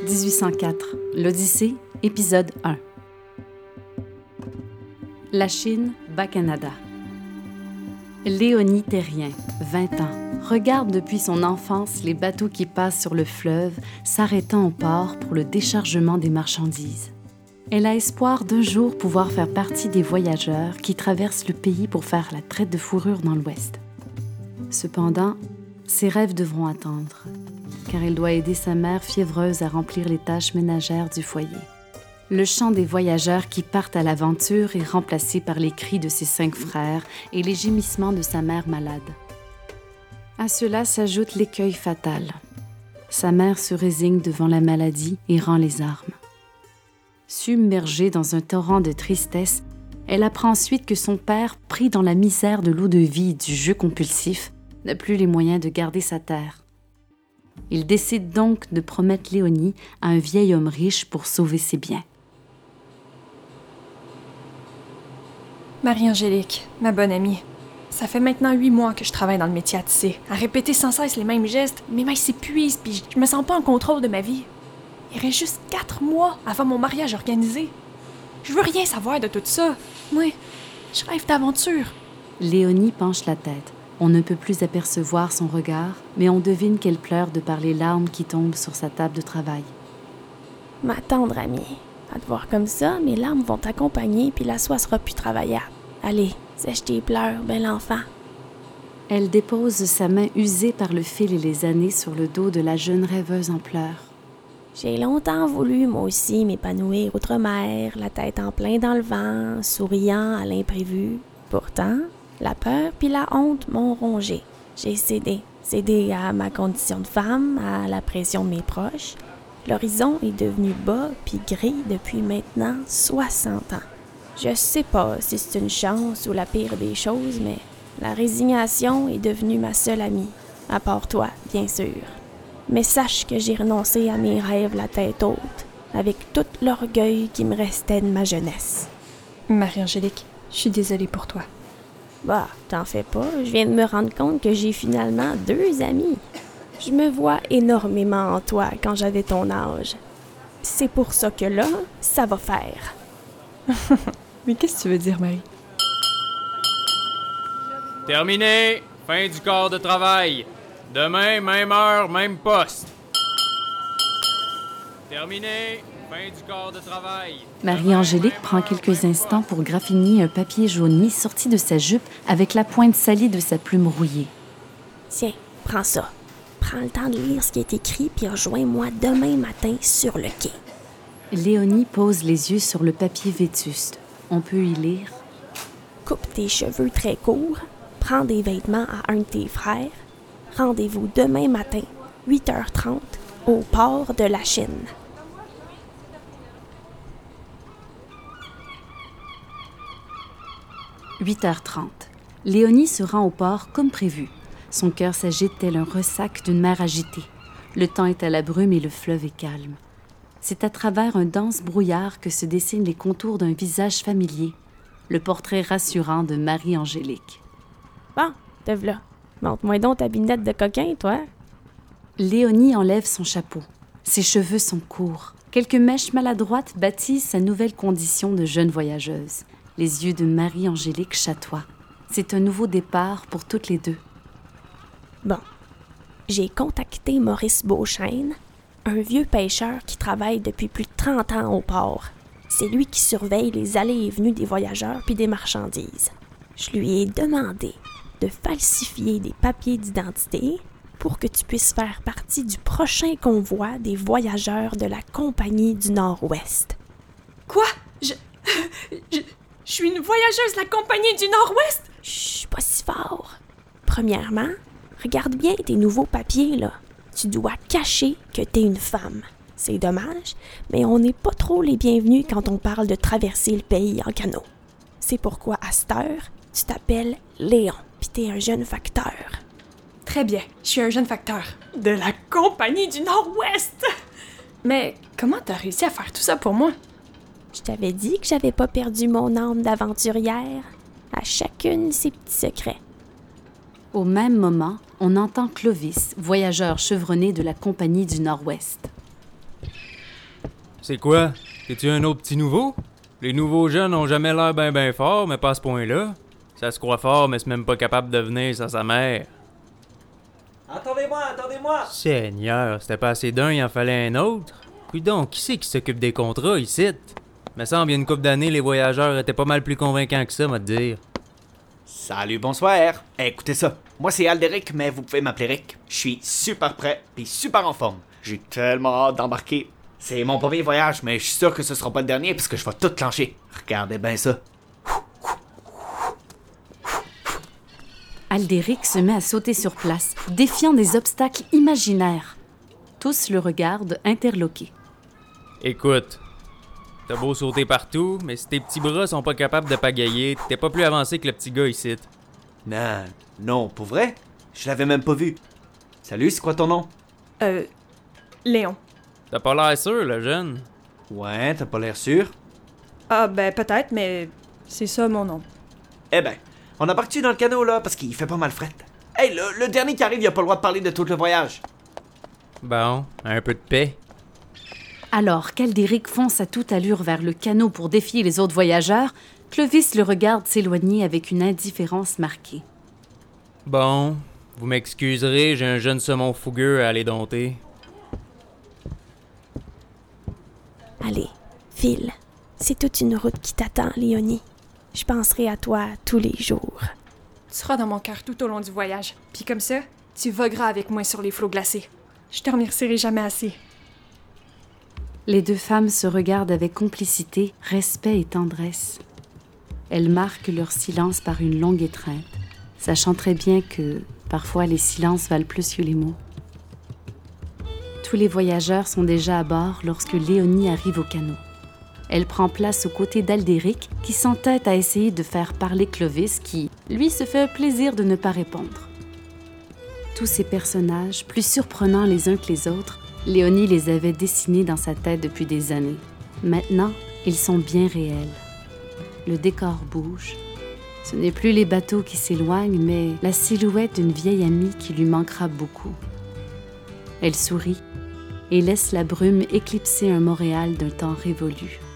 1804, l'Odyssée, épisode 1. La Chine, Bas-Canada. Léonie Thérien, 20 ans, regarde depuis son enfance les bateaux qui passent sur le fleuve, s'arrêtant au port pour le déchargement des marchandises. Elle a espoir d'un jour pouvoir faire partie des voyageurs qui traversent le pays pour faire la traite de fourrure dans l'Ouest. Cependant, ses rêves devront attendre, car elle doit aider sa mère fiévreuse à remplir les tâches ménagères du foyer. Le chant des voyageurs qui partent à l'aventure est remplacé par les cris de ses 5 frères et les gémissements de sa mère malade. À cela s'ajoute l'écueil fatal. Sa mère se résigne devant la maladie et rend les armes. Submergée dans un torrent de tristesse, elle apprend ensuite que son père, pris dans la misère de l'eau de vie et du jeu compulsif, n'a plus les moyens de garder sa terre. Il décide donc de promettre Léonie à un vieil homme riche pour sauver ses biens. Marie-Angélique, ma bonne amie, ça fait maintenant 8 mois que je travaille dans le métier à tisser, à répéter sans cesse les mêmes gestes. Mes mains s'épuisent puis je me sens pas en contrôle de ma vie. Il reste juste 4 mois avant mon mariage organisé. Je veux rien savoir de tout ça. Moi, je rêve d'aventure. Léonie penche la tête. On ne peut plus apercevoir son regard, mais on devine qu'elle pleure de par les larmes qui tombent sur sa table de travail. Ma tendre amie, à te voir comme ça, mes larmes vont t'accompagner puis la soie sera plus travaillable. Allez, sèche tes pleurs, bel enfant. Elle dépose sa main usée par le fil et les années sur le dos de la jeune rêveuse en pleurs. J'ai longtemps voulu, moi aussi, m'épanouir outre-mer, la tête en plein dans le vent, souriant à l'imprévu. Pourtant, la peur puis la honte m'ont rongé. J'ai cédé à ma condition de femme, à la pression de mes proches. L'horizon est devenu bas puis gris depuis maintenant 60 ans. Je sais pas si c'est une chance ou la pire des choses, mais la résignation est devenue ma seule amie, à part toi, bien sûr. Mais sache que j'ai renoncé à mes rêves la tête haute, avec tout l'orgueil qui me restait de ma jeunesse. Marie-Angélique, je suis désolée pour toi. Bah, t'en fais pas, je viens de me rendre compte que j'ai finalement 2 amis. Je me vois énormément en toi quand j'avais ton âge. C'est pour ça que là, ça va faire. Mais qu'est-ce que tu veux dire, Marie? Terminé! Fin du quart de travail. Demain, même heure, même poste. Terminé! Fin du quart de travail. Marie-Angélique prend quelques instants pour graffiner un papier jauni sorti de sa jupe avec la pointe salie de sa plume rouillée. Tiens, prends ça. Prends le temps de lire ce qui est écrit puis rejoins-moi demain matin sur le quai. Léonie pose les yeux sur le papier vétuste. On peut y lire « Coupe tes cheveux très courts, prends des vêtements à un de tes frères. Rendez-vous demain matin, 8h30, au port de la Chine. » 8h30. Léonie se rend au port comme prévu. Son cœur s'agite tel un ressac d'une mer agitée. Le temps est à la brume et le fleuve est calme. C'est à travers un dense brouillard que se dessinent les contours d'un visage familier, le portrait rassurant de Marie-Angélique. Bon, te v'là. Montre-moi donc ta binette de coquin, toi. Léonie enlève son chapeau. Ses cheveux sont courts. Quelques mèches maladroites baptisent sa nouvelle condition de jeune voyageuse. Les yeux de Marie-Angélique chatoient. C'est un nouveau départ pour toutes les deux. Bon, j'ai contacté Maurice Beauchesne, un vieux pêcheur qui travaille depuis plus de 30 ans au port. C'est lui qui surveille les allées et venues des voyageurs puis des marchandises. Je lui ai demandé de falsifier des papiers d'identité pour que tu puisses faire partie du prochain convoi des voyageurs de la Compagnie du Nord-Ouest. Quoi? Je suis une voyageuse de la Compagnie du Nord-Ouest? Chut, pas si fort. Premièrement, regarde bien tes nouveaux papiers, là. Tu dois cacher que t'es une femme. C'est dommage, mais on n'est pas trop les bienvenus quand on parle de traverser le pays en canot. C'est pourquoi, à cette heure, tu t'appelles Léon, pis t'es un jeune facteur. Très bien, je suis un jeune facteur de la Compagnie du Nord-Ouest. Mais comment t'as réussi à faire tout ça pour moi? Je t'avais dit que j'avais pas perdu mon âme d'aventurière. À chacune ses petits secrets. Au même moment, on entend Clovis, voyageur chevronné de la Compagnie du Nord-Ouest. C'est quoi? T'es-tu un autre petit nouveau? Les nouveaux jeunes ont jamais l'air ben forts, mais pas à ce point-là. Ça se croit fort, mais c'est même pas capable de venir sans sa mère. Attendez-moi! Seigneur, c'était pas assez d'un, il en fallait un autre. Coudon, qui c'est qui s'occupe des contrats ici? Me semble, il y a une couple d'années, les voyageurs étaient pas mal plus convaincants que ça, moi te dire. Salut, bonsoir. Écoutez ça. Moi, c'est Alderic, mais vous pouvez m'appeler Rick. Je suis super prêt et super en forme. J'ai tellement hâte d'embarquer. C'est mon premier voyage, mais je suis sûr que ce sera pas le dernier parce que je vais tout clencher. Regardez bien ça. Alderic se met à sauter sur place, défiant des obstacles imaginaires. Tous le regardent, interloqués. Écoute, t'as beau sauter partout, mais si tes petits bras sont pas capables de pagayer, t'es pas plus avancé que le petit gars ici. Non, pour vrai? Je l'avais même pas vu. Salut, c'est quoi ton nom? Léon. T'as pas l'air sûr, le jeune? Ouais, t'as pas l'air sûr? Ah, ben peut-être, mais c'est ça mon nom. Eh ben, on embarque-tu dans le canot là, parce qu'il fait pas mal fret. Hey, le dernier qui arrive, il a pas le droit de parler de tout le voyage. Bon, un peu de paix. Alors qu'Alderic fonce à toute allure vers le canot pour défier les autres voyageurs, Clovis le regarde s'éloigner avec une indifférence marquée. Bon, vous m'excuserez, j'ai un jeune saumon fougueux à aller dompter. Allez, file. C'est toute une route qui t'attend, Léonie. Je penserai à toi tous les jours. Tu seras dans mon cœur tout au long du voyage. Puis comme ça, tu vogueras avec moi sur les flots glacés. Je te remercierai jamais assez. Les deux femmes se regardent avec complicité, respect et tendresse. Elles marquent leur silence par une longue étreinte, sachant très bien que, parfois, les silences valent plus que les mots. Tous les voyageurs sont déjà à bord lorsque Léonie arrive au canot. Elle prend place aux côtés d'Alderic, qui s'entête à essayer de faire parler Clovis, qui, lui, se fait un plaisir de ne pas répondre. Tous ces personnages, plus surprenants les uns que les autres, Léonie les avait dessinés dans sa tête depuis des années. Maintenant, ils sont bien réels. Le décor bouge. Ce n'est plus les bateaux qui s'éloignent, mais la silhouette d'une vieille amie qui lui manquera beaucoup. Elle sourit et laisse la brume éclipser un Montréal d'un temps révolu.